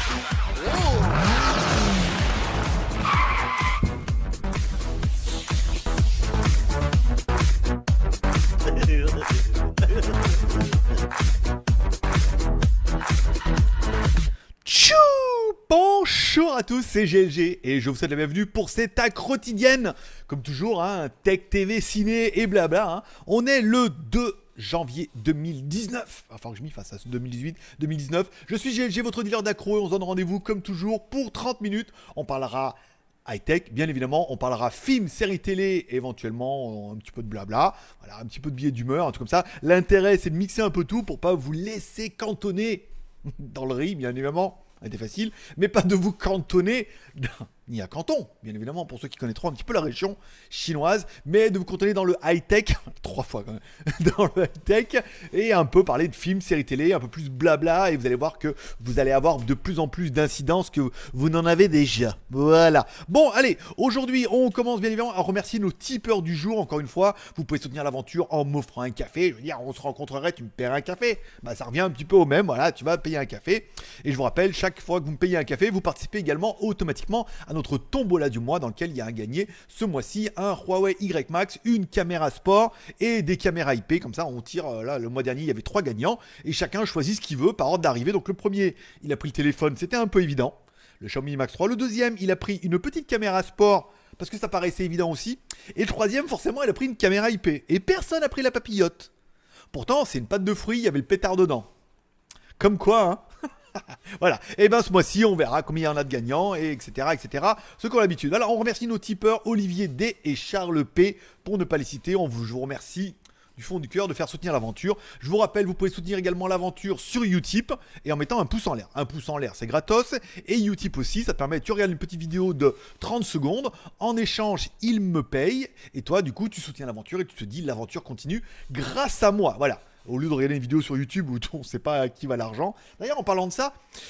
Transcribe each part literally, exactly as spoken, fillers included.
Tchou! Bonjour à tous, c'est G L G et je vous souhaite la bienvenue pour cette A C quotidienne. Comme toujours, hein, Tech, T V, Ciné et blabla. Hein. On est le deux janvier deux mille dix-neuf. Il va falloir que je m'y fasse à ce deux mille dix-huit deux mille dix-neuf. Je suis G L G, votre dealer d'accro et on se donne rendez-vous comme toujours pour trente minutes. On parlera high-tech, bien évidemment, on parlera film, série télé, éventuellement un petit peu de blabla, voilà, un petit peu de billets d'humeur, un truc comme ça. L'intérêt, c'est de mixer un peu tout pour pas vous laisser cantonner dans le riz, bien évidemment. C'était facile, mais pas de vous cantonner ni à Canton, bien évidemment, pour ceux qui connaîtront un petit peu la région chinoise, mais de vous cantonner dans le high-tech, trois fois quand même, dans le high-tech, et un peu parler de films, séries télé, un peu plus blabla, et vous allez voir que vous allez avoir de plus en plus d'incidences que vous n'en avez déjà. Voilà. Bon, allez, aujourd'hui, on commence bien évidemment à remercier nos tipeurs du jour, encore une fois, vous pouvez soutenir l'aventure en m'offrant un café, je veux dire, on se rencontrerait, tu me paierais un café, bah ça revient un petit peu au même, voilà, tu vas payer un café, et je vous rappelle, chaque fois que vous me payez un café, vous participez également automatiquement à notre tombola du mois dans lequel il y a un gagné ce mois-ci, un Huawei Y Max, une caméra sport et des caméras I P. Comme ça, on tire, là, le mois dernier, il y avait trois gagnants et chacun choisit ce qu'il veut par ordre d'arrivée. Donc le premier, il a pris le téléphone, c'était un peu évident, le Xiaomi Max trois. Le deuxième, il a pris une petite caméra sport parce que ça paraissait évident aussi. Et le troisième, forcément, il a pris une caméra I P. Et personne n'a pris la papillote. Pourtant, c'est une pâte de fruits, il y avait le pétard dedans. Comme quoi, hein. Voilà, et ben ce mois-ci on verra combien il y en a de gagnants, et etc etc, ce qu'on a l'habitude. Alors on remercie nos tipeurs Olivier D et Charles P, pour ne pas les citer. On vous, je vous remercie du fond du cœur de faire soutenir l'aventure. Je vous rappelle, vous pouvez soutenir également l'aventure sur Utip et en mettant un pouce en l'air. Un pouce en l'air, c'est gratos. Et Utip aussi, ça te permet, tu regardes une petite vidéo de trente secondes. En échange, il me paye. Et toi, du coup, tu soutiens l'aventure et tu te dis, l'aventure continue grâce à moi. Voilà. Au lieu de regarder une vidéo sur YouTube où on ne sait pas à qui va l'argent. D'ailleurs, en parlant de ça,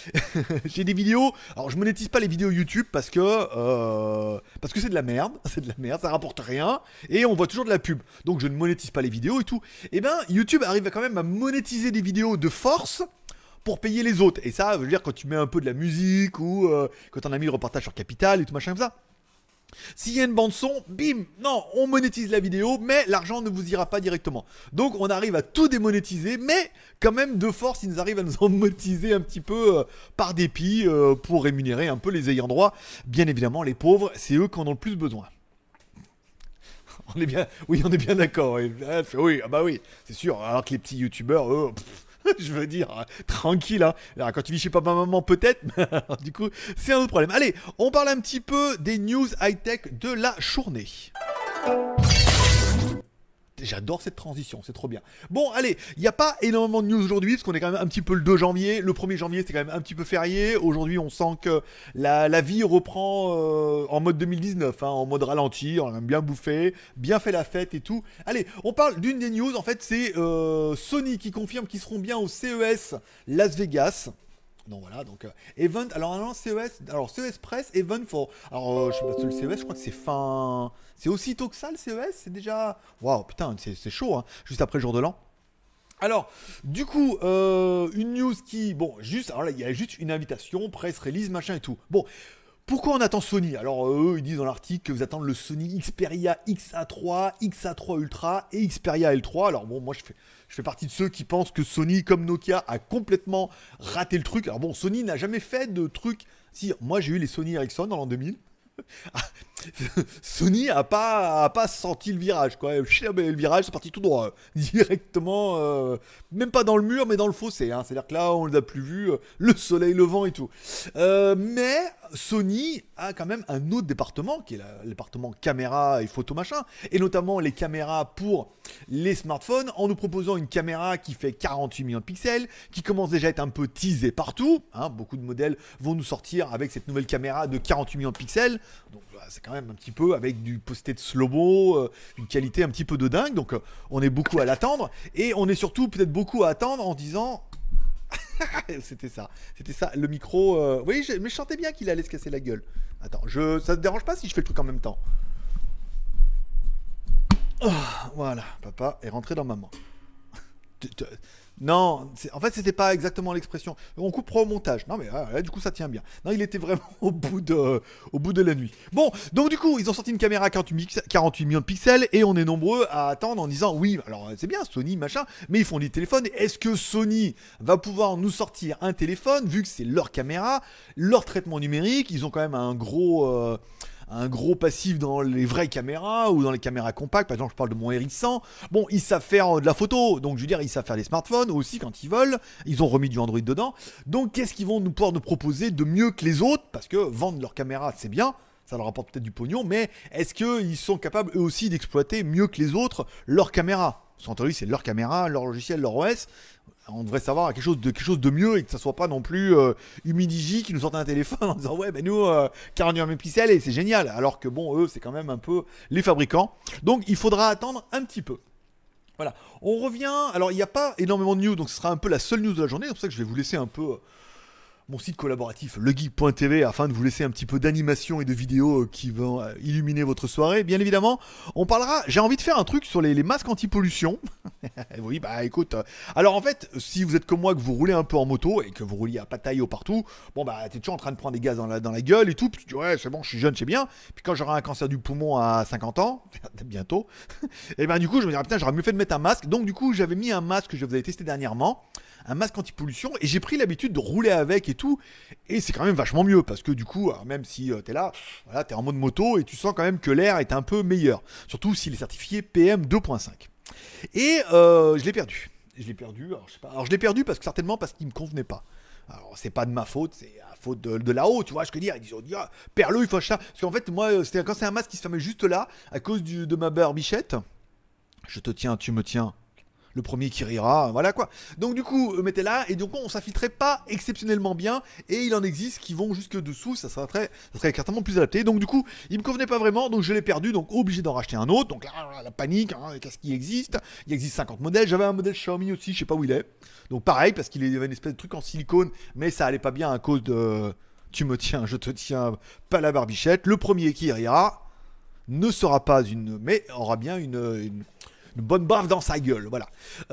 j'ai des vidéos. Alors, je monétise pas les vidéos YouTube parce que euh, parce que c'est de la merde. C'est de la merde, ça rapporte rien. Et on voit toujours de la pub. Donc, je ne monétise pas les vidéos et tout. Et ben, YouTube arrive quand même à monétiser des vidéos de force pour payer les autres. Et ça, je veux dire, quand tu mets un peu de la musique ou euh, quand on a mis le reportage sur Capital et tout machin comme ça. S'il y a une bande son, bim, non, on monétise la vidéo, mais l'argent ne vous ira pas directement. Donc on arrive à tout démonétiser, mais quand même de force, ils nous arrivent à nous en monétiser un petit peu euh, par dépit euh, pour rémunérer un peu les ayants droit. Bien évidemment, les pauvres, c'est eux qui en ont le plus besoin. On est bien, oui, on est bien d'accord. Oui, oui, ah bah oui, c'est sûr. Alors que les petits youtubeurs, eux. Pff, je veux dire, hein, tranquille, hein. Alors, quand tu vis chez papa, maman, peut-être, mais alors, du coup, c'est un autre problème. Allez, on parle un petit peu des news high-tech de la journée. J'adore cette transition, c'est trop bien. Bon, allez, il n'y a pas énormément de news aujourd'hui, parce qu'on est quand même un petit peu le deux janvier. Le premier janvier, c'était quand même un petit peu férié. Aujourd'hui, on sent que la, la vie reprend euh, en mode deux mille dix-neuf, hein, en mode ralenti. On a bien bouffé, bien fait la fête et tout. Allez, on parle d'une des news, en fait, c'est euh, Sony qui confirme qu'ils seront bien au C E S Las Vegas. Donc voilà, donc euh, event, alors non, C E S, alors C E S Press, event for, alors euh, je sais pas, le C E S, je crois que c'est fin, c'est aussitôt que ça le C E S, c'est déjà, waouh, putain, c'est, c'est chaud, hein, juste après le jour de l'an. Alors, du coup, euh, une news qui, bon, juste, alors là, il y a juste une invitation, press release, machin et tout. Bon, pourquoi on attend Sony? Alors, eux, ils disent dans l'article que vous attendez le Sony Xperia X A trois, X A trois Ultra et Xperia L trois. Alors bon, moi, je fais... Je fais partie de ceux qui pensent que Sony, comme Nokia, a complètement raté le truc. Alors bon, Sony n'a jamais fait de truc. Si, moi j'ai eu les Sony Ericsson dans l'an deux mille. Sony a pas, a pas senti le virage, quoi. Le virage, c'est parti tout droit, directement, euh, même pas dans le mur, mais dans le fossé. Hein. C'est-à-dire que là, on les a plus vus, euh, le soleil levant et tout. Euh, mais Sony a quand même un autre département, qui est la, le département caméra et photo machin, et notamment les caméras pour les smartphones, en nous proposant une caméra qui fait quarante-huit millions de pixels, qui commence déjà à être un peu teasée partout. Hein. Beaucoup de modèles vont nous sortir avec cette nouvelle caméra de quarante-huit millions de pixels. Donc c'est quand même un petit peu avec du posté de slow-mo, euh, une qualité un petit peu de dingue. Donc euh, on est beaucoup à l'attendre. Et on est surtout peut-être beaucoup à attendre en disant... c'était ça, c'était ça, le micro... Euh... Oui, je... mais je sentais bien qu'il allait se casser la gueule. Attends, je... ça te dérange pas si je fais le truc en même temps? Oh, voilà, papa est rentré dans maman. Non, en fait, c'était pas exactement l'expression. On coupera au montage. Non, mais là, là, du coup, ça tient bien. Non, il était vraiment au bout de, au bout de la nuit. Bon, donc du coup, ils ont sorti une caméra à quarante-huit millions de pixels et on est nombreux à attendre en disant oui, alors c'est bien Sony, machin, mais ils font des téléphones. Est-ce que Sony va pouvoir nous sortir un téléphone vu que c'est leur caméra, leur traitement numérique? Ils ont quand même un gros. Euh, un gros passif dans les vraies caméras ou dans les caméras compactes. Par exemple, je parle de mon R X cent. Bon, ils savent faire de la photo, donc je veux dire, ils savent faire des smartphones aussi quand ils veulent. Ils ont remis du Android dedans. Donc, qu'est-ce qu'ils vont nous pouvoir nous proposer de mieux que les autres? Parce que vendre leur caméra, c'est bien. Ça leur rapporte peut-être du pognon, mais est-ce qu'ils sont capables eux aussi d'exploiter mieux que les autres leur caméra? Parce qu'en théorie, c'est leur caméra, leur logiciel, leur O S. On devrait savoir quelque chose de, quelque chose de mieux et que ça soit pas non plus euh, Humidigi qui nous sortent un téléphone en disant ouais, ben nous, euh, quarante-huit mégapixels et c'est génial. Alors que bon, eux, c'est quand même un peu les fabricants. Donc, il faudra attendre un petit peu. Voilà. On revient. Alors, il n'y a pas énormément de news, donc ce sera un peu la seule news de la journée. C'est pour ça que je vais vous laisser un peu. Mon site collaboratif legeek point t v afin de vous laisser un petit peu d'animation et de vidéos qui vont illuminer votre soirée. Bien évidemment, on parlera, j'ai envie de faire un truc sur les, les masques anti-pollution. Oui, bah écoute, alors en fait, si vous êtes comme moi, que vous roulez un peu en moto et que vous rouliez à pataille au partout, bon bah t'es toujours en train de prendre des gaz dans la, dans la gueule et tout, puis tu dis ouais c'est bon, je suis jeune, c'est bien, puis quand j'aurai un cancer du poumon à cinquante ans, bientôt, et ben du coup je me dirais putain j'aurais mieux fait de mettre un masque, donc du coup j'avais mis un masque que je vous avais testé dernièrement, un masque anti-pollution, et j'ai pris l'habitude de rouler avec et tout, et c'est quand même vachement mieux, parce que du coup, alors même si euh, t'es là, voilà, t'es en mode moto, et tu sens quand même que l'air est un peu meilleur, surtout s'il est certifié P M deux point cinq. Et euh, je l'ai perdu, je l'ai perdu, alors je sais pas, alors je l'ai perdu parce que certainement parce qu'il me convenait pas. Alors c'est pas de ma faute, c'est la faute de, de là-haut, tu vois, je peux dire, ils disent, ah, perle, il faut acheter ça, parce qu'en fait, moi, c'était quand c'est un masque qui se fermait juste là, à cause du, de ma barbichette, je te tiens, tu me tiens, le premier qui rira, voilà quoi. Donc du coup, mettez là, et donc on s'infiltrait pas exceptionnellement bien, et il en existe qui vont jusque dessous, ça serait très, ça serait certainement plus adapté. Donc du coup, il me convenait pas vraiment, donc je l'ai perdu, donc obligé d'en racheter un autre. Donc là, la panique, hein, qu'est-ce qui existe? Il existe cinquante modèles, j'avais un modèle Xiaomi aussi, je sais pas où il est. Donc pareil, parce qu'il y avait une espèce de truc en silicone, mais ça allait pas bien à cause de... Tu me tiens, je te tiens, pas la barbichette. Le premier qui rira ne sera pas une... mais aura bien une... une une bonne baffe dans sa gueule, voilà.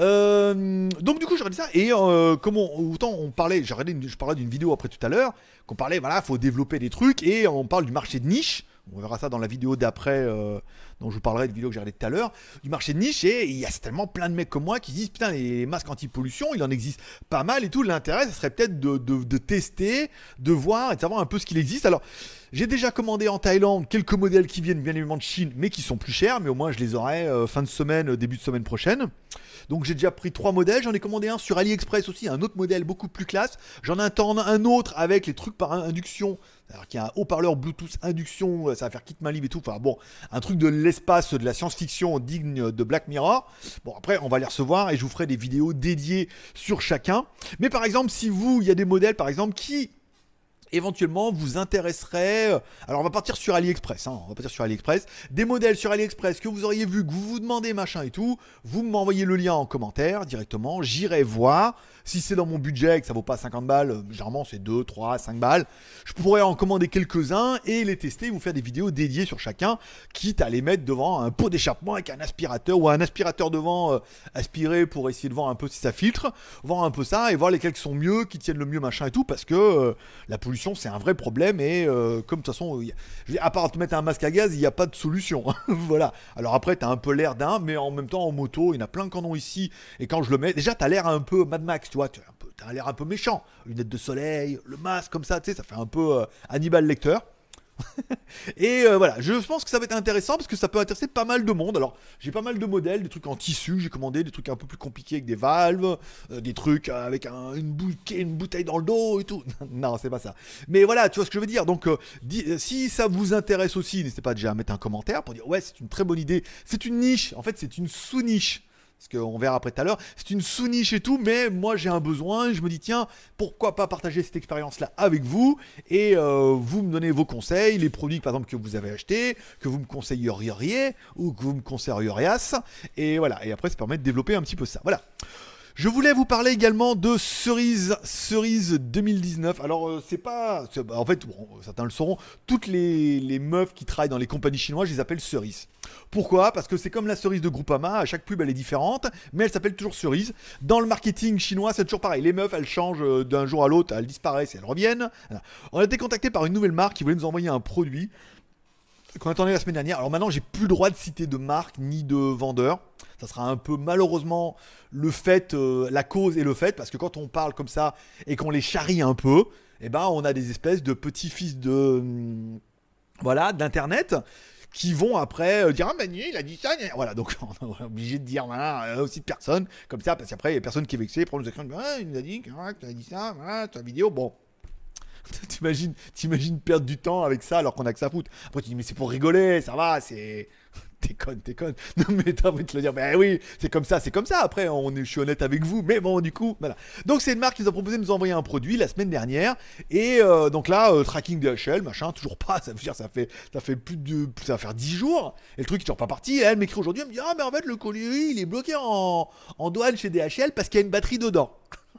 Euh, donc du coup, j'ai regardé ça, et euh, comme on, autant on parlait, j'ai regardé une, je parlais d'une vidéo après tout à l'heure, qu'on parlait, voilà, faut développer des trucs, et on parle du marché de niche, on verra ça dans la vidéo d'après, euh, dont je vous parlerai de vidéo que j'ai regardée tout à l'heure, du marché de niche, et il y a tellement plein de mecs comme moi qui disent, putain, les masques anti-pollution, il en existe pas mal et tout, l'intérêt, ça serait peut-être de, de, de tester, de voir, et de savoir un peu ce qu'il existe. Alors, j'ai déjà commandé en Thaïlande quelques modèles qui viennent bien évidemment de Chine, mais qui sont plus chers, mais au moins je les aurai euh, fin de semaine, début de semaine prochaine. Donc j'ai déjà pris trois modèles, j'en ai commandé un sur AliExpress aussi, un autre modèle beaucoup plus classe. J'en attends un autre avec les trucs par induction, alors qu'il y a un haut-parleur Bluetooth induction, ça va faire kit main libre et tout. Enfin bon, un truc de l'espace, de la science-fiction digne de Black Mirror. Bon après on va les recevoir et je vous ferai des vidéos dédiées sur chacun. Mais par exemple si vous, il y a des modèles par exemple qui... éventuellement vous intéresserait, alors on va partir sur AliExpress, hein, on va partir sur AliExpress, des modèles sur AliExpress que vous auriez vu, que vous vous demandez machin et tout, vous m'envoyez le lien en commentaire directement, j'irai voir, si c'est dans mon budget que ça vaut pas cinquante balles, généralement c'est deux, trois, cinq balles, je pourrais en commander quelques-uns et les tester, vous faire des vidéos dédiées sur chacun, quitte à les mettre devant un pot d'échappement avec un aspirateur ou un aspirateur devant euh, aspiré pour essayer de voir un peu si ça filtre, voir un peu ça et voir lesquels sont mieux, qui tiennent le mieux machin et tout, parce que euh, la pollution c'est un vrai problème et euh, comme de toute façon y a, à part te mettre un masque à gaz il n'y a pas de solution. Voilà, alors après t'as un peu l'air d'un, mais en même temps en moto il y en a plein de canons ici et quand je le mets déjà t'as l'air un peu Mad Max, tu vois, t'as, un peu, t'as l'air un peu méchant, lunettes de soleil, le masque comme ça, tu sais, ça fait un peu euh, Hannibal Lecter. Et euh, voilà, je pense que ça va être intéressant parce que ça peut intéresser pas mal de monde. Alors j'ai pas mal de modèles, des trucs en tissu, j'ai commandé des trucs un peu plus compliqués avec des valves, euh, des trucs avec un, une, bouteille, une bouteille dans le dos et tout. Non, c'est pas ça. Mais voilà, tu vois ce que je veux dire. Donc euh, di- si ça vous intéresse aussi, n'hésitez pas déjà à mettre un commentaire pour dire ouais c'est une très bonne idée. C'est une niche, en fait c'est une sous-niche. Parce qu'on verra après tout à l'heure, c'est une sous-niche et tout, mais moi j'ai un besoin, je me dis tiens, pourquoi pas partager cette expérience-là avec vous, et euh, vous me donnez vos conseils, les produits par exemple que vous avez achetés, que vous me conseilleriez, ou que vous me conseilleriez, et voilà, et après ça permet de développer un petit peu ça, voilà. Je voulais vous parler également de Cerise, Cerise deux mille dix-neuf. Alors, euh, c'est pas. c'est- En fait, bon, certains le sauront, toutes les, les meufs qui travaillent dans les compagnies chinoises, je les appelle Cerise. Pourquoi? Parce que c'est comme la cerise de Groupama, à chaque pub elle est différente, mais elle s'appelle toujours Cerise. Dans le marketing chinois, c'est toujours pareil. Les meufs, elles changent euh, d'un jour à l'autre, elles disparaissent et elles reviennent. Voilà. On a été contacté par une nouvelle marque qui voulait nous envoyer un produit qu'on attendait la semaine dernière. Alors maintenant, j'ai plus le droit de citer de marque ni de vendeur. Ça sera un peu malheureusement le fait, euh, la cause et le fait, parce que quand on parle comme ça et qu'on les charrie un peu, eh ben on a des espèces de petits-fils de hum, voilà d'internet qui vont après euh, dire ah ben il a dit ça, voilà, donc on est obligé de dire voilà euh, aussi de personnes comme ça, parce qu'après il y a personne qui est vexé, prend nos écrans, ah, il nous a dit que ah, tu as dit ça, voilà, ta vidéo, bon. T'imagines, t'imagines perdre du temps avec ça alors qu'on a que ça à foutre. Après tu dis mais c'est pour rigoler, ça va, c'est... T'es conne, t'es conne. Non mais t'as envie de te le dire, ben oui, c'est comme ça, c'est comme ça. Après, on est, je suis honnête avec vous, mais bon, du coup, voilà. Donc c'est une marque qui nous a proposé de nous envoyer un produit la semaine dernière. Et euh, donc là, euh, tracking D H L, machin, toujours pas. Ça veut dire, ça fait, ça fait plus de, ça va faire dix jours. Et le truc est toujours pas parti. Et elle m'écrit aujourd'hui, elle me dit, ah mais en fait le colis, il est bloqué en, en douane chez D H L parce qu'il y a une batterie dedans.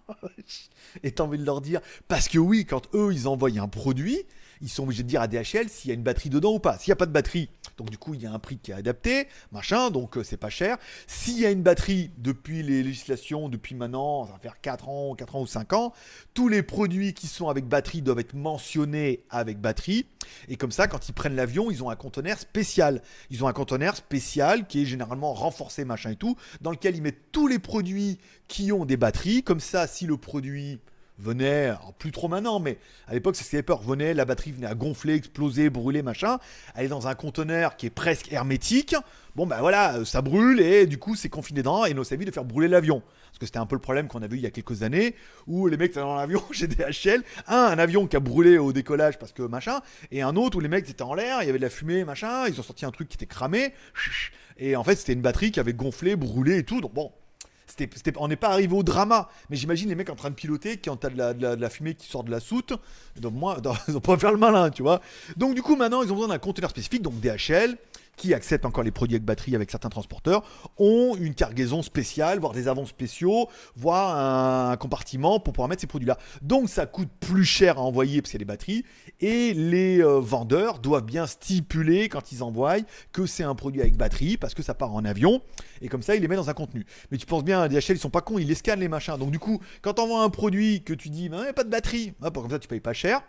Et t'as envie de leur dire, parce que oui, quand eux ils envoient un produit, ils sont obligés de dire à D H L s'il y a une batterie dedans ou pas. S'il n'y a pas de batterie, donc du coup il y a un prix qui est adapté, machin, donc euh, c'est pas cher. S'il y a une batterie depuis les législations, depuis maintenant, ça va faire quatre ans, quatre ans ou cinq ans, tous les produits qui sont avec batterie doivent être mentionnés avec batterie. Et comme ça, quand ils prennent l'avion, ils ont un conteneur spécial. Ils ont un conteneur spécial qui est généralement renforcé, machin et tout, dans lequel ils mettent tous les produits qui ont des batteries. Comme ça, si le produit venait, alors plus trop maintenant, mais à l'époque, ça s'était peur, venait, la batterie venait à gonfler, exploser, brûler, machin. Elle est dans un conteneur qui est presque hermétique. Bon, ben voilà, ça brûle et du coup, c'est confiné dedans et nous, ça évite de faire brûler l'avion. Parce que c'était un peu le problème qu'on a vu il y a quelques années où les mecs étaient dans l'avion chez D H L. Un, un avion qui a brûlé au décollage parce que machin, et un autre où les mecs étaient en l'air, il y avait de la fumée, machin, ils ont sorti un truc qui était cramé. Et en fait, c'était une batterie qui avait gonflé, brûlé et tout. Donc bon. C'était, c'était, on n'est pas arrivé au drama, mais j'imagine les mecs en train de piloter, qui ont de la, de, la, de la fumée qui sort de la soute, donc moi, ils ont pas faire le malin, tu vois. Donc du coup maintenant ils ont besoin d'un conteneur spécifique, donc D H L, qui accepte encore les produits avec batterie avec certains transporteurs, ont une cargaison spéciale, voire des avants spéciaux, voire un, un compartiment pour pouvoir mettre ces produits-là. Donc ça coûte plus cher à envoyer parce qu'il y a des batteries, et les euh, vendeurs doivent bien stipuler quand ils envoient que c'est un produit avec batterie, parce que ça part en avion, et comme ça ils les mettent dans un contenu. Mais tu penses bien, D H L ils sont pas cons, ils les scannent les machins. Donc du coup, quand t'envoies un produit que tu dis, il n'y a pas de batterie, hop, comme ça tu payes pas cher,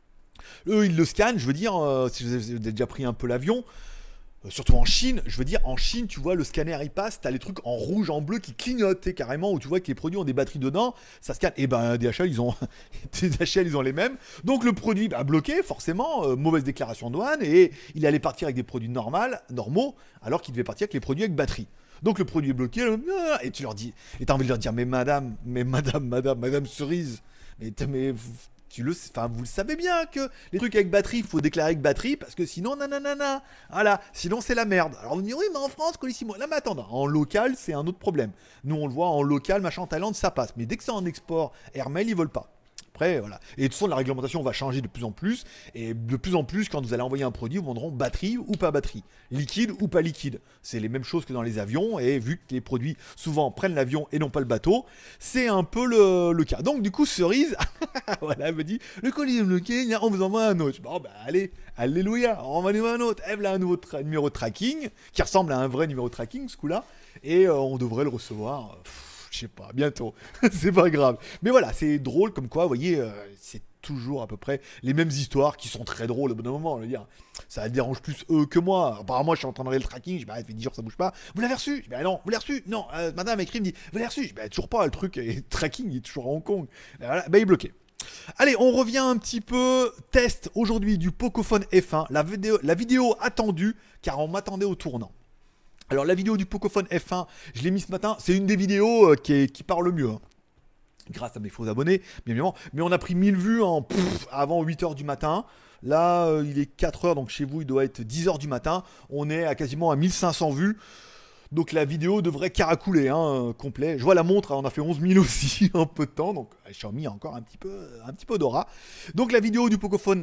eux ils le scannent, je veux dire, euh, si vous avez déjà pris un peu l'avion, surtout en Chine, je veux dire, en Chine, tu vois, le scanner il passe, t'as les trucs en rouge, en bleu qui clignotent carrément, où tu vois que les produits ont des batteries dedans, ça scanne. Et ben D H L, ils ont, D H L, ils ont les mêmes. Donc le produit bah, bloqué, forcément, euh, mauvaise déclaration de douane, et il allait partir avec des produits normaux, normaux, alors qu'il devait partir avec les produits avec batterie. Donc le produit est bloqué, et tu leur dis, et t'as envie de leur dire, mais madame, mais madame, madame, madame Cerise, mais, mais tu le, enfin, vous le savez bien que les trucs avec batterie, il faut déclarer avec batterie parce que sinon, nanana, voilà, sinon c'est la merde. Alors on dit oui, mais en France, Colissimo, là, mais attends, en local, c'est un autre problème. Nous, on le voit en local, machin, en Thaïlande, ça passe. Mais dès que c'est en export, Airmail, ils veulent pas. Après, voilà. Et de toute façon, la réglementation va changer de plus en plus. Et de plus en plus, quand vous allez envoyer un produit, vous vendront batterie ou pas batterie. Liquide ou pas liquide. C'est les mêmes choses que dans les avions. Et vu que les produits, souvent, prennent l'avion et non pas le bateau, c'est un peu le, le cas. Donc, du coup, Cerise, voilà, elle me dit, le colis est bloqué, on vous envoie un autre. Bon, bah, allez, alléluia, on va envoyer un autre. Elle a un nouveau tra- numéro de tracking, qui ressemble à un vrai numéro de tracking, ce coup-là. Et euh, on devrait le recevoir... Pff, je sais pas, bientôt, c'est pas grave. Mais voilà, c'est drôle comme quoi, vous voyez, euh, c'est toujours à peu près les mêmes histoires qui sont très drôles au bout d'un moment, on va dire. Ça dérange plus eux que moi. Apparemment, je suis en train de regarder le tracking, je dis, bah, ça fait dix jours que ça bouge pas. Vous l'avez reçu? Je dis, bah non, vous l'avez reçu? Non, euh, madame écrit, me dit, vous l'avez reçu? Je dis, bah toujours pas, le truc, et le tracking, il est toujours à Hong Kong. Et voilà, bah il est bloqué. Allez, on revient un petit peu. Test aujourd'hui du Pocophone F un, la vidéo, la vidéo attendue, car on m'attendait au tournant. Alors la vidéo du Pocophone F un, je l'ai mis ce matin, c'est une des vidéos euh, qui, est, qui parle le mieux. Hein. Grâce à mes faux abonnés, bien évidemment. Mais on a pris mille vues en, pff, avant huit heures du matin. Là, euh, il est quatre heures, donc chez vous, il doit être dix heures du matin. On est à quasiment à mille cinq cents vues. Donc la vidéo devrait caracouler, hein, complet. Je vois la montre, on a fait onze mille aussi en peu de temps. Donc Xiaomi a encore un petit peu, un petit peu d'aura. Donc la vidéo du Pocophone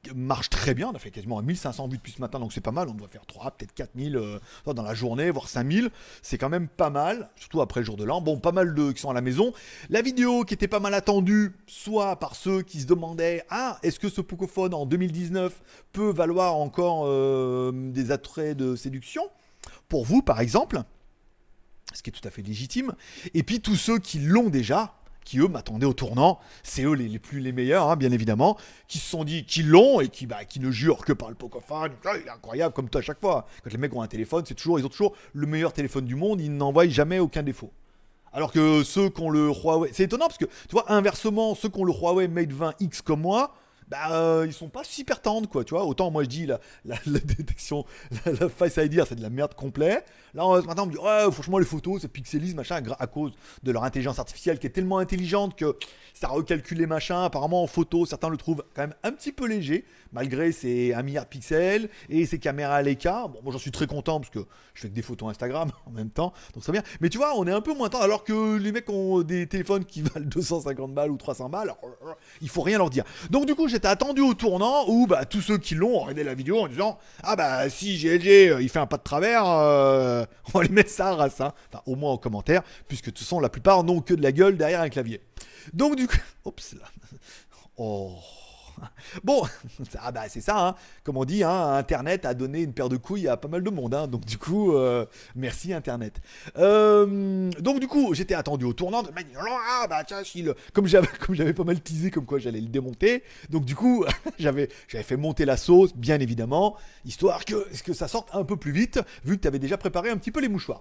marche très bien. On a fait quasiment mille cinq cents vues depuis ce matin, donc c'est pas mal. On doit faire trois, peut-être quatre mille euh, dans la journée, voire cinq mille. C'est quand même pas mal, surtout après le jour de l'an. Bon, pas mal de qui sont à la maison. La vidéo qui était pas mal attendue, soit par ceux qui se demandaient ah, est-ce que ce Pocophone en deux mille dix-neuf peut valoir encore euh, des attraits de séduction pour vous, par exemple, ce qui est tout à fait légitime. Et puis tous ceux qui l'ont déjà, qui eux m'attendaient au tournant, c'est eux les, les plus les meilleurs, hein, bien évidemment, qui se sont dit qu'ils l'ont et qui, bah, qui ne jurent que par le Pocophone. Ah, il est incroyable, comme toi à chaque fois. Quand les mecs ont un téléphone, c'est toujours, ils ont toujours le meilleur téléphone du monde, ils n'envoient jamais aucun défaut. Alors que ceux qui ont le Huawei, c'est étonnant parce que tu vois, inversement, ceux qui ont le Huawei Mate vingt X comme moi, bah euh, ils sont pas super tendres quoi, tu vois. Autant moi je dis la, la, la détection, la, la Face I D c'est de la merde complet. Là on, ce matin on me dit ouais franchement les photos ça pixelise machin à cause de leur intelligence artificielle qui est tellement intelligente que ça recalcule les machins. Apparemment en photo certains le trouvent quand même un petit peu léger malgré ses un milliard de pixels et ses caméras Leica. Bon moi j'en suis très content parce que je fais que des photos Instagram en même temps donc ça va bien. Mais tu vois on est un peu moins tendre alors que les mecs ont des téléphones qui valent deux cent cinquante balles ou trois cents balles. Alors, il faut rien leur dire. Donc du coup j'étais attendu au tournant où bah, tous ceux qui l'ont ont regardé la vidéo en disant ah bah si G L G euh, il fait un pas de travers euh, on va lui mettre ça à race hein. Enfin au moins en commentaire puisque de toute façon la plupart n'ont que de la gueule derrière un clavier. Donc du coup oups là. Oh bon, ah bah c'est ça, hein. Comme on dit, hein, Internet a donné une paire de couilles à pas mal de monde, hein. Donc du coup, euh, merci Internet. Euh, donc du coup, j'étais attendu au tournant. De... Ah bah tiens, si le... comme j'avais comme j'avais pas mal teasé, comme quoi j'allais le démonter. Donc du coup, j'avais j'avais fait monter la sauce, bien évidemment, histoire que que ça sorte un peu plus vite, vu que tu avais déjà préparé un petit peu les mouchoirs.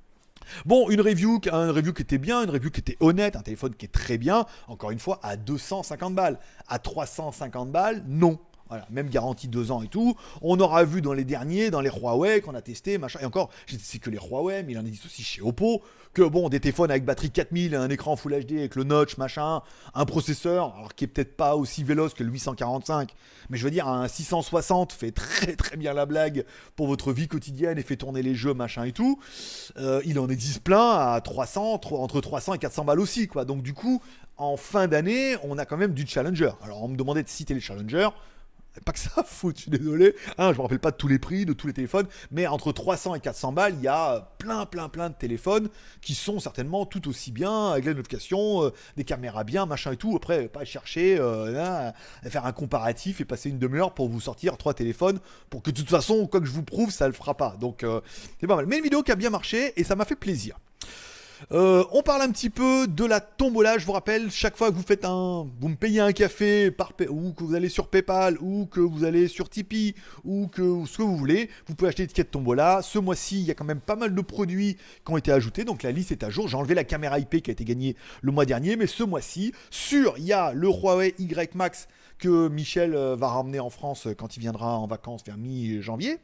Bon, une review, un review qui était bien, une review qui était honnête, un téléphone qui est très bien, encore une fois, à deux cent cinquante balles. À trois cent cinquante balles, non. Voilà, même garantie deux ans et tout. On aura vu dans les derniers, dans les Huawei qu'on a testé, machin. Et encore, c'est que les Huawei, mais il en existe aussi chez Oppo. Que bon, des téléphones avec batterie quatre mille, un écran Full H D avec le notch, machin, un processeur, alors qui est peut-être pas aussi véloce que le huit cent quarante-cinq, mais je veux dire, un six cent soixante fait très très bien la blague pour votre vie quotidienne et fait tourner les jeux, machin et tout. Euh, il en existe plein à trois cents, entre trois cents et quatre cents balles aussi, quoi. Donc du coup, en fin d'année, on a quand même du Challenger. Alors on me demandait de citer les Challenger. Pas que ça à foutre, je suis désolé. Hein, je me rappelle pas de tous les prix, de tous les téléphones, mais entre trois cents et quatre cents balles, il y a plein, plein, plein de téléphones qui sont certainement tout aussi bien, avec les notifications, euh, des caméras bien, machin et tout. Après, pas chercher euh, là, à faire un comparatif et passer une demi-heure pour vous sortir trois téléphones, pour que de toute façon, quoi que je vous prouve, ça le fera pas. Donc, euh, c'est pas mal. Mais une vidéo qui a bien marché et ça m'a fait plaisir. Euh, on parle un petit peu de la tombola. Je vous rappelle, chaque fois que vous faites un, vous me payez un café par pay, ou que vous allez sur PayPal, ou que vous allez sur Tipeee, ou que ou ce que vous voulez, vous pouvez acheter l'étiquette tombola. Ce mois-ci, il y a quand même pas mal de produits qui ont été ajoutés, donc la liste est à jour. J'ai enlevé la caméra I P qui a été gagnée le mois dernier, mais ce mois-ci, sur, il y a le Huawei Y Max que Michel va ramener en France quand il viendra en vacances vers mi-janvier.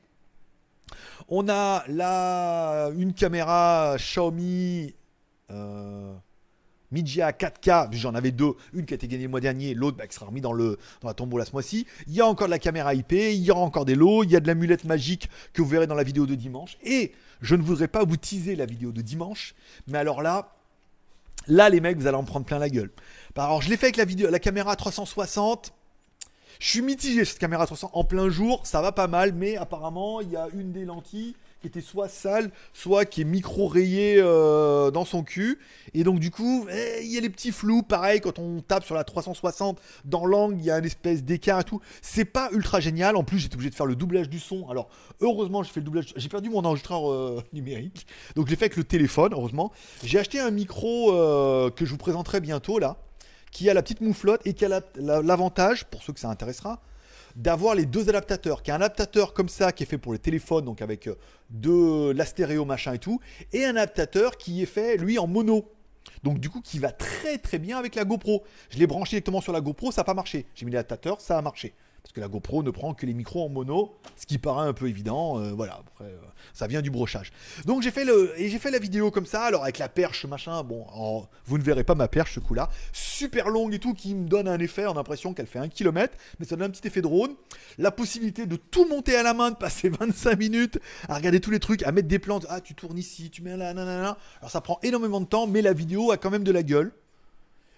On a là une caméra Xiaomi. Euh, Mijia quatre K, j'en avais deux, une qui a été gagnée le mois dernier, l'autre bah, qui sera remis dans, le, dans la tombola ce mois-ci. Il y a encore de la caméra I P, il y aura encore des lots, il y a de l'amulette magique que vous verrez dans la vidéo de dimanche. Et je ne voudrais pas vous teaser la vidéo de dimanche, mais alors là, là les mecs, vous allez en prendre plein la gueule. Alors je l'ai fait avec la, vidéo, la caméra trois cent soixante. Je suis mitigé cette caméra trois cents en plein jour, ça va pas mal, mais apparemment il y a une des lentilles qui était soit sale, soit qui est micro-rayée euh, dans son cul. Et donc du coup, eh, il y a les petits flous, pareil, quand on tape sur la trois cent soixante, dans l'angle, il y a une espèce d'écart et tout. C'est pas ultra génial, en plus j'étais obligé de faire le doublage du son. Alors heureusement, j'ai fait le doublage, j'ai perdu mon enregistreur euh, numérique, donc je l'ai fait avec le téléphone, heureusement. J'ai acheté un micro euh, que je vous présenterai bientôt, là, qui a la petite mouflotte et qui a la, la, l'avantage, pour ceux que ça intéressera, d'avoir les deux adaptateurs, qui a un adaptateur comme ça qui est fait pour les téléphones, donc avec de la stéréo machin et tout, et un adaptateur qui est fait lui en mono, donc du coup qui va très très bien avec la GoPro. Je l'ai branché directement sur la GoPro, ça n'a pas marché. J'ai mis l'adaptateur, ça a marché. Parce que la GoPro ne prend que les micros en mono, ce qui paraît un peu évident. Euh, voilà, après, euh, ça vient du brochage. Donc j'ai fait le et j'ai fait la vidéo comme ça, alors avec la perche machin. Bon, en, vous ne verrez pas ma perche ce coup-là, super longue et tout, qui me donne un effet, on a l'impression qu'elle fait un kilomètre, mais ça donne un petit effet drone. La possibilité de tout monter à la main, de passer vingt-cinq minutes à regarder tous les trucs, à mettre des plantes. Ah, tu tournes ici, tu mets là, nanana. Alors ça prend énormément de temps, mais la vidéo a quand même de la gueule.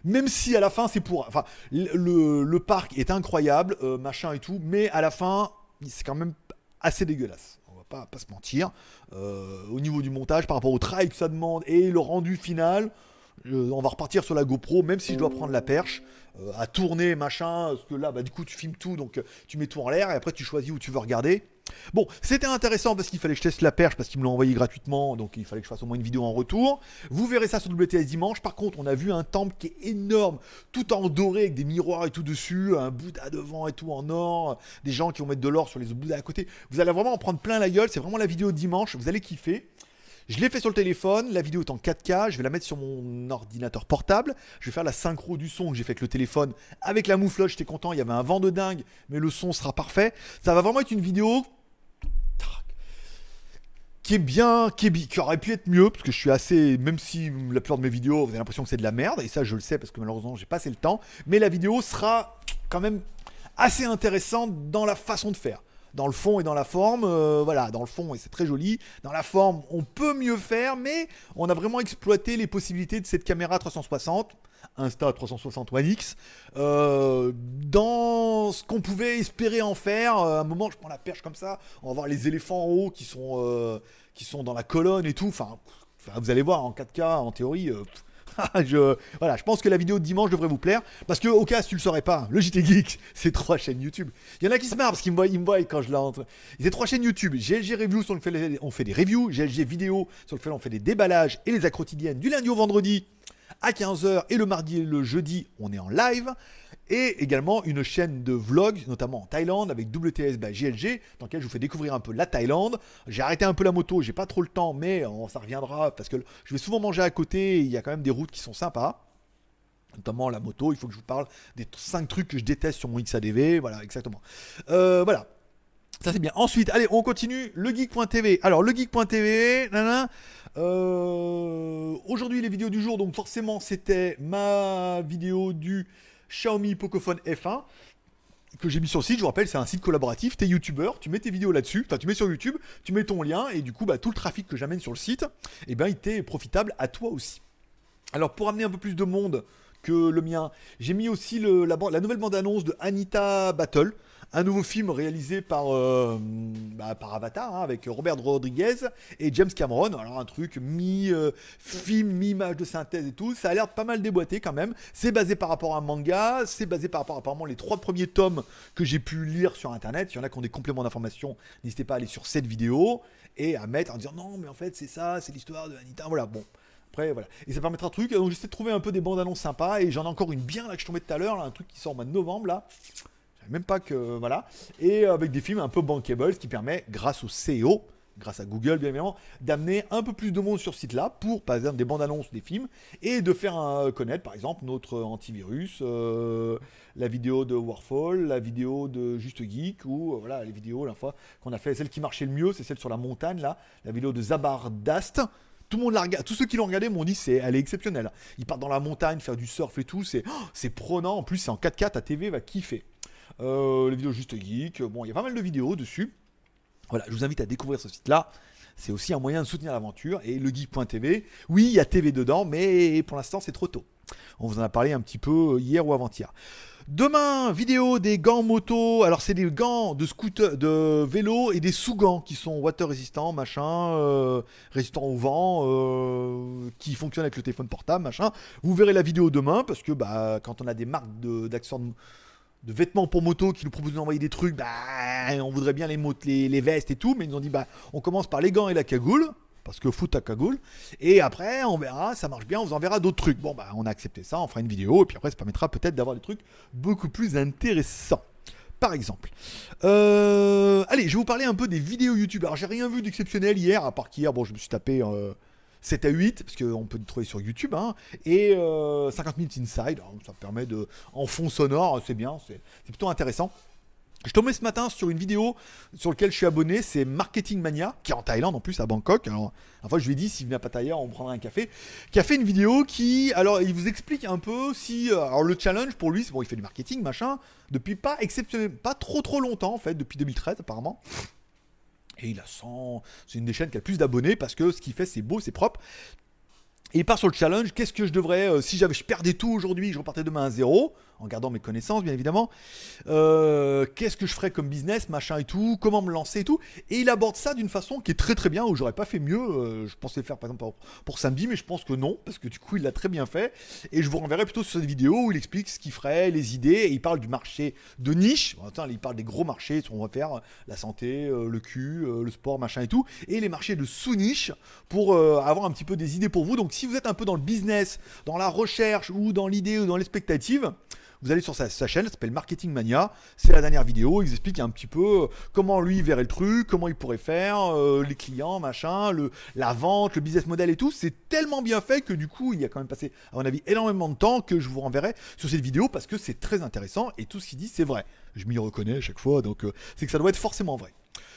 Même si à la fin c'est pour... Enfin, le, le, le parc est incroyable, euh, machin et tout, mais à la fin, c'est quand même assez dégueulasse. On va pas, pas se mentir. Euh, au niveau du montage, par rapport au travail que ça demande et le rendu final, euh, on va repartir sur la GoPro, même si je dois prendre la perche, euh, à tourner, machin, parce que là, bah, du coup, tu filmes tout, donc euh, tu mets tout en l'air, et après tu choisis où tu veux regarder. Bon, c'était intéressant parce qu'il fallait que je teste la perche, parce qu'ils me l'ont envoyé gratuitement, donc il fallait que je fasse au moins une vidéo en retour. Vous verrez ça sur W T S dimanche. Par contre, on a vu un temple qui est énorme, tout en doré, avec des miroirs et tout dessus, un Bouddha devant et tout en or, des gens qui vont mettre de l'or sur les Bouddhas à côté. Vous allez vraiment en prendre plein la gueule, c'est vraiment la vidéo de dimanche, vous allez kiffer. Je l'ai fait sur le téléphone, la vidéo est en quatre K, je vais la mettre sur mon ordinateur portable, je vais faire la synchro du son que j'ai fait avec le téléphone, avec la moufloche, j'étais content, il y avait un vent de dingue, mais le son sera parfait. Ça va vraiment être une vidéo qui est bien, qui, est bi- qui aurait pu être mieux, parce que je suis assez, même si la plupart de mes vidéos, vous avez l'impression que c'est de la merde, et ça je le sais parce que malheureusement j'ai pas assez le temps, mais la vidéo sera quand même assez intéressante dans la façon de faire. Dans le fond et dans la forme, euh, voilà, dans le fond, et c'est très joli. Dans la forme, on peut mieux faire, mais on a vraiment exploité les possibilités de cette caméra trois cent soixante, Insta trois cent soixante One X, euh, dans ce qu'on pouvait espérer en faire. À un moment, je prends la perche comme ça, on va voir les éléphants en haut qui sont, euh, qui sont dans la colonne et tout. Enfin, enfin, vous allez voir, en quatre K, en théorie... Euh, je, voilà, je pense que la vidéo de dimanche devrait vous plaire. Parce que, au cas si tu le saurais pas, le J T Geek, c'est trois chaînes YouTube. Il y en a qui se marrent parce qu'ils me voient, ils me voient quand je l'entre. C'est trois chaînes YouTube. G L G Review, sur lequel on fait des reviews. G L G Vidéo, sur lequel on fait des déballages et les accros quotidiennes du lundi au vendredi à quinze heures. Et le mardi et le jeudi, on est en live. Et également une chaîne de vlogs, notamment en Thaïlande, avec W T S by G L G, dans laquelle je vous fais découvrir un peu la Thaïlande. J'ai arrêté un peu la moto, j'ai pas trop le temps, mais on, ça reviendra, parce que je vais souvent manger à côté, et il y a quand même des routes qui sont sympas. Notamment la moto, il faut que je vous parle des cinq trucs que je déteste sur mon X A D V, voilà, exactement. Euh, voilà. Ça c'est bien. Ensuite, allez, on continue. Le geek point T V. Alors, le geek point T V, nanana, euh, aujourd'hui, les vidéos du jour, donc forcément, c'était ma vidéo du Xiaomi Pocophone F un que j'ai mis sur le site. Je vous rappelle, c'est un site collaboratif. T'es youtubeur, tu mets tes vidéos là-dessus, enfin tu mets sur YouTube, tu mets ton lien et du coup bah, tout le trafic que j'amène sur le site, eh ben, il t'est profitable à toi aussi. Alors pour amener un peu plus de monde que le mien, j'ai mis aussi le, la, la nouvelle bande-annonce de Anita Battle, un nouveau film réalisé par, euh, bah, par Avatar, hein, avec Robert Rodriguez et James Cameron. Alors un truc mi-film, euh, mi-image de synthèse et tout. Ça a l'air pas mal déboîté quand même. C'est basé par rapport à un manga. C'est basé par rapport à apparemment les trois premiers tomes que j'ai pu lire sur internet. Il y en a qui ont des compléments d'information. N'hésitez pas à aller sur cette vidéo et à mettre en disant non mais en fait c'est ça, c'est l'histoire de Anita. Voilà, bon. Après, voilà. Et ça permettra un truc. Donc j'essaie de trouver un peu des bandes annonces sympas. Et j'en ai encore une bien là que je tombais tout à l'heure. Là, un truc qui sort au mois de novembre là. Même pas que, voilà, et avec des films un peu bankable, ce qui permet, grâce au S E O, grâce à Google bien évidemment, d'amener un peu plus de monde sur ce site-là pour, par exemple, des bandes annonces des films, et de faire euh, connaître, par exemple, notre antivirus, euh, la vidéo de Warfall, la vidéo de Juste Geek, ou euh, voilà, les vidéos, la fois qu'on a fait, celle qui marchait le mieux, c'est celle sur la montagne, là, la vidéo de Zabardast. Tout le monde l'a regardé, tous ceux qui l'ont regardé m'ont dit c'est, elle est exceptionnelle. Ils partent dans la montagne faire du surf et tout, c'est, oh, c'est prenant, en plus c'est en quatre K, ta T V va kiffer. Euh, les vidéos Juste Geek, bon, il y a pas mal de vidéos dessus. Voilà, je vous invite à découvrir ce site-là. C'est aussi un moyen de soutenir l'aventure. Et le geek point T V, oui, il y a T V dedans, mais pour l'instant, c'est trop tôt. On vous en a parlé un petit peu hier ou avant-hier. Demain, vidéo des gants moto. Alors, c'est des gants de scooter, de vélo et des sous-gants qui sont water résistants, machin, euh, résistants au vent, euh, qui fonctionnent avec le téléphone portable, machin. Vous verrez la vidéo demain parce que bah, quand on a des marques de, d'accessoires de de vêtements pour moto qui nous proposent d'envoyer des trucs, bah, on voudrait bien les, mot- les, les vestes et tout, mais ils nous ont dit, bah, on commence par les gants et la cagoule, parce que fout ta cagoule, et après, on verra, ça marche bien, on vous enverra d'autres trucs. Bon, bah, on a accepté ça, on fera une vidéo, et puis après, ça permettra peut-être d'avoir des trucs beaucoup plus intéressants. Par exemple. Euh, allez, je vais vous parler un peu des vidéos YouTube. Alors, j'ai rien vu d'exceptionnel hier, à part qu'hier, bon, je me suis tapé... Euh, sept à huit, parce qu'on peut le trouver sur YouTube, hein, et euh, cinquante minutes inside, alors ça permet de, en fond sonore, c'est bien, c'est, c'est plutôt intéressant. Je tombais ce matin sur une vidéo sur laquelle je suis abonné, c'est Marketing Mania, qui est en Thaïlande en plus, à Bangkok. Alors, la fois je lui ai dit, s'il venait à Pattaya, on prendrait un café. Qui a fait une vidéo qui, alors, il vous explique un peu si, alors le challenge pour lui, c'est bon, il fait du marketing, machin, depuis pas exceptionnel, pas trop trop longtemps en fait, depuis deux mille treize apparemment. Et il a cent... C'est une des chaînes qui a le plus d'abonnés parce que ce qu'il fait, c'est beau, c'est propre. Et il part sur le challenge, qu'est-ce que je devrais, euh, si j'avais, je perdais tout aujourd'hui, je repartais demain à zéro, en gardant mes connaissances bien évidemment, euh, qu'est-ce que je ferais comme business, machin et tout, comment me lancer et tout, et il aborde ça d'une façon qui est très très bien, où j'aurais pas fait mieux, euh, je pensais le faire par exemple pour, pour samedi, mais je pense que non, parce que du coup il l'a très bien fait, et je vous renverrai plutôt sur cette vidéo où il explique ce qu'il ferait, les idées, et il parle du marché de niche, bon, attends, il parle des gros marchés, on va faire la santé, euh, le cul, euh, le sport, machin et tout, et les marchés de sous-niche, pour euh, avoir un petit peu des idées pour vous. Donc si vous êtes un peu dans le business, dans la recherche, ou dans l'idée, ou dans l'expectative, vous allez sur sa, sa chaîne, elle s'appelle Marketing Mania, c'est la dernière vidéo, il vous explique un petit peu euh, comment lui verrait le truc, comment il pourrait faire, euh, les clients, machin, le, la vente, le business model et tout, c'est tellement bien fait que du coup il y a quand même passé à mon avis énormément de temps que je vous renverrai sur cette vidéo parce que c'est très intéressant et tout ce qu'il dit c'est vrai. Je m'y reconnais à chaque fois, donc euh, c'est que ça doit être forcément vrai.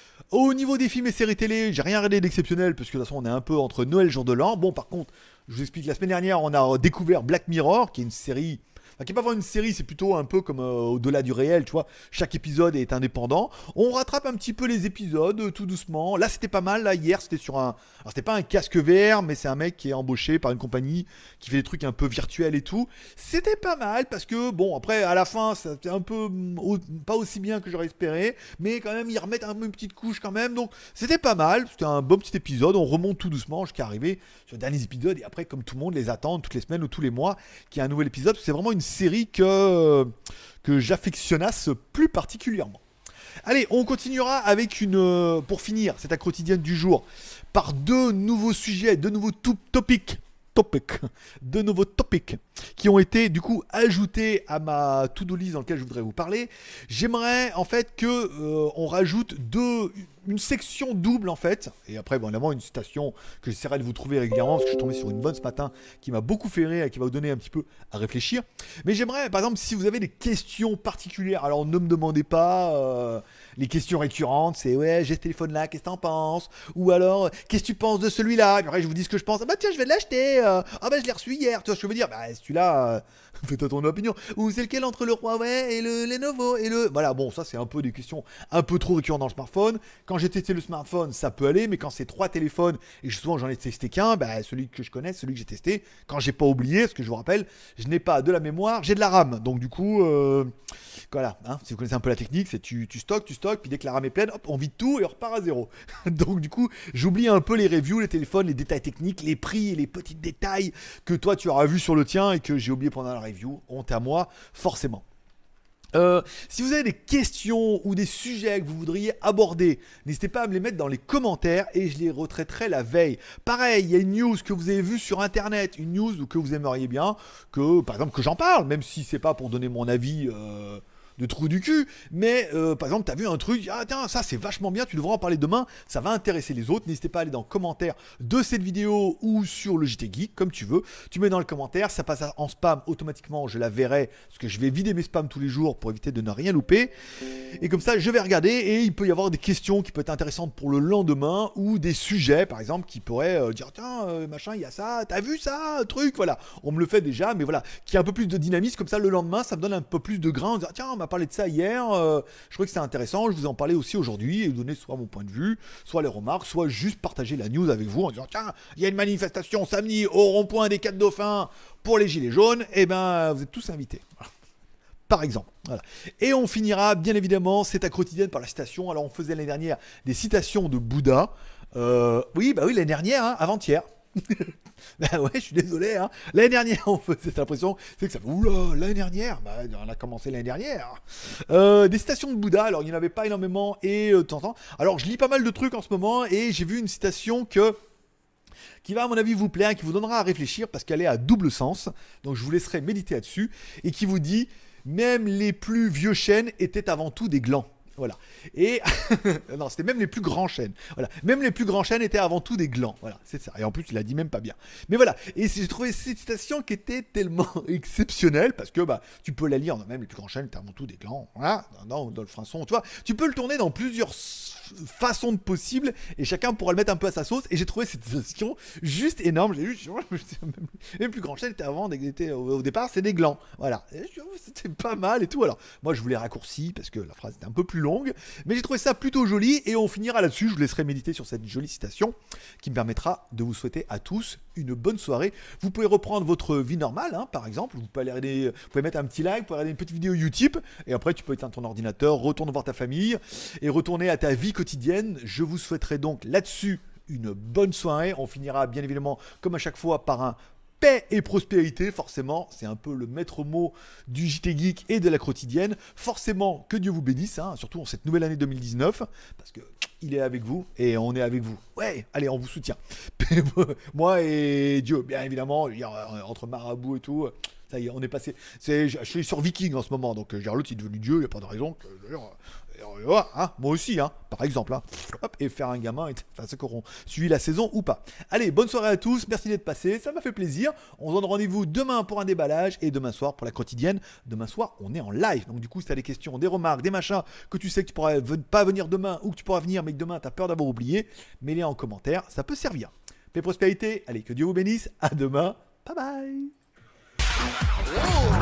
Au niveau des films et séries télé, j'ai rien regardé d'exceptionnel parce que de toute façon on est un peu entre Noël et jour de l'an. Bon par contre, je vous explique, la semaine dernière on a découvert Black Mirror qui est une série... Enfin, qui n'est pas vraiment une série, c'est plutôt un peu comme euh, au-delà du réel, tu vois. Chaque épisode est indépendant. On rattrape un petit peu les épisodes euh, tout doucement. Là, c'était pas mal. Là, hier, c'était sur un. Alors, c'était pas un casque V R, mais c'est un mec qui est embauché par une compagnie qui fait des trucs un peu virtuels et tout. C'était pas mal parce que, bon, après, à la fin, c'était un peu mm, pas aussi bien que j'aurais espéré, mais quand même, ils remettent un peu une petite couche quand même. Donc, c'était pas mal. C'était un bon petit épisode. On remonte tout doucement jusqu'à arriver sur les derniers épisodes. Et après, comme tout le monde les attend toutes les semaines ou tous les mois, qu'il y a un nouvel épisode. C'est vraiment une série que, que j'affectionnasse plus particulièrement. Allez, on continuera avec une, pour finir, cette quotidienne du jour, par deux nouveaux sujets, deux nouveaux topics, topics, deux nouveaux topics qui ont été du coup ajoutés à ma to-do list dans laquelle je voudrais vous parler. J'aimerais en fait que euh, on rajoute deux, une section double en fait, et après bon, évidemment une citation que j'essaierai de vous trouver régulièrement parce que je suis tombé sur une bonne ce matin qui m'a beaucoup fait rire et qui va vous donner un petit peu à réfléchir. Mais j'aimerais par exemple si vous avez des questions particulières, alors ne me demandez pas euh, les questions récurrentes, c'est ouais j'ai ce téléphone là, qu'est-ce que t'en penses, ou alors qu'est-ce que tu penses de celui-là, et puis après je vous dis ce que je pense, ah bah tiens je vais l'acheter, euh, ah bah je l'ai reçu hier, tu vois ce que je veux dire, bah celui-là euh, fais-toi ton opinion, ou c'est lequel entre le Huawei et le Lenovo et le, voilà bon ça c'est un peu des questions un peu trop récurrentes dans le smartphone. Quand j'ai testé le smartphone, ça peut aller, mais quand c'est trois téléphones et souvent j'en ai testé qu'un, bah, celui que je connais, celui que j'ai testé, quand j'ai pas oublié, parce que je vous rappelle, je n'ai pas de la mémoire, j'ai de la RAM. Donc du coup, euh, voilà, hein, si vous connaissez un peu la technique, c'est tu, tu stockes, tu stockes, puis dès que la RAM est pleine, hop, on vide tout et on repart à zéro. Donc du coup, j'oublie un peu les reviews, les téléphones, les détails techniques, les prix et les petits détails que toi tu auras vu sur le tien et que j'ai oublié pendant la review. Honte à moi, forcément. Euh, si vous avez des questions ou des sujets que vous voudriez aborder, n'hésitez pas à me les mettre dans les commentaires et je les retraiterai la veille. Pareil, il y a une news que vous avez vue sur internet, une news que vous aimeriez bien, que par exemple que j'en parle, même si c'est pas pour donner mon avis euh, de trou du cul, mais euh, par exemple, tu as vu un truc, ah tiens, ça c'est vachement bien, tu devras en parler demain, ça va intéresser les autres. N'hésitez pas à aller dans le commentaire de cette vidéo ou sur le J T Geek, comme tu veux. Tu mets dans le commentaire, ça passe en spam automatiquement, je la verrai, parce que je vais vider mes spams tous les jours pour éviter de ne rien louper. Et comme ça, je vais regarder et il peut y avoir des questions qui peuvent être intéressantes pour le lendemain ou des sujets, par exemple, qui pourraient euh, dire tiens, euh, machin, il y a ça, t'as vu ça, truc, voilà. On me le fait déjà, mais voilà, qui a un peu plus de dynamisme, comme ça le lendemain, ça me donne un peu plus de grain, en disant tiens, on m'a parlé de ça hier, euh, je trouvais que c'était intéressant, je vous en parlais aussi aujourd'hui et vous donner soit mon point de vue, soit les remarques, soit juste partager la news avec vous en disant tiens, il y a une manifestation samedi au rond-point des Quatre Dauphins pour les Gilets jaunes, et ben vous êtes tous invités. Voilà. Par exemple. Voilà. Et on finira bien évidemment cette quotidienne par la citation. Alors on faisait l'année dernière des citations de Bouddha. Euh, oui, bah oui, l'année dernière, hein, avant-hier. Bah ouais, je suis désolé. Hein. L'année dernière, on faisait cette impression, c'est que ça fait oula, l'année dernière, bah on a commencé l'année dernière. Euh, des citations de Bouddha, alors il n'y en avait pas énormément et euh, de temps en temps. Alors je lis pas mal de trucs en ce moment et j'ai vu une citation que qui va à mon avis vous plaire, qui vous donnera à réfléchir parce qu'elle est à double sens. Donc je vous laisserai méditer là-dessus et qui vous dit même les plus vieux chênes étaient avant tout des glands. Voilà. Et non, c'était même les plus grands chênes. Voilà. Même les plus grands chênes étaient avant tout des glands. Voilà, c'est ça. Et en plus, il a dit même pas bien. Mais voilà. Et j'ai trouvé cette citation qui était tellement exceptionnelle parce que bah, tu peux la lire. Non, même les plus grands chênes étaient avant tout des glands. Voilà. Non, dans le Frinçon, tu vois. Tu peux le tourner dans plusieurs façons de possibles et chacun pourra le mettre un peu à sa sauce. Et j'ai trouvé cette citation juste énorme. J'ai juste, les plus grands chênes étaient avant, étaient, au départ, c'est des glands. Voilà. C'était pas mal et tout. Alors, moi, je voulais raccourci parce que la phrase était un peu plus longue. longue, mais j'ai trouvé ça plutôt joli et on finira là-dessus. Je vous laisserai méditer sur cette jolie citation qui me permettra de vous souhaiter à tous une bonne soirée. Vous pouvez reprendre votre vie normale, hein, par exemple. Vous pouvez, aller regarder, vous pouvez mettre un petit like, vous pouvez regarder une petite vidéo YouTube et après tu peux éteindre ton ordinateur, retourner voir ta famille et retourner à ta vie quotidienne. Je vous souhaiterai donc là-dessus une bonne soirée. On finira bien évidemment, comme à chaque fois, par un paix et prospérité. Forcément, c'est un peu le maître mot du J T Geek et de la quotidienne. Forcément, que Dieu vous bénisse, hein, surtout en cette nouvelle année deux mille dix-neuf, parce que il est avec vous et on est avec vous. Ouais, allez, on vous soutient. Moi et Dieu, bien évidemment, entre marabout et tout. Ça y est, on est passé. C'est, je suis sur Viking en ce moment, donc genre, l'autre il est devenu Dieu, il n'y a pas de raison. Que, genre, hein, moi aussi, hein, par exemple, hein, hop, et faire un gamin, et, enfin ceux qui auront suivi la saison ou pas. Allez, bonne soirée à tous, merci d'être passés, ça m'a fait plaisir. On se donne rendez-vous demain pour un déballage et demain soir pour la quotidienne. Demain soir, on est en live, donc du coup, si tu as des questions, des remarques, des machins que tu sais que tu pourras pas venir demain ou que tu pourras venir, mais que demain tu as peur d'avoir oublié, mets-les en commentaire, ça peut servir. Paix, prospérité, allez, que Dieu vous bénisse, à demain, bye bye. Oh.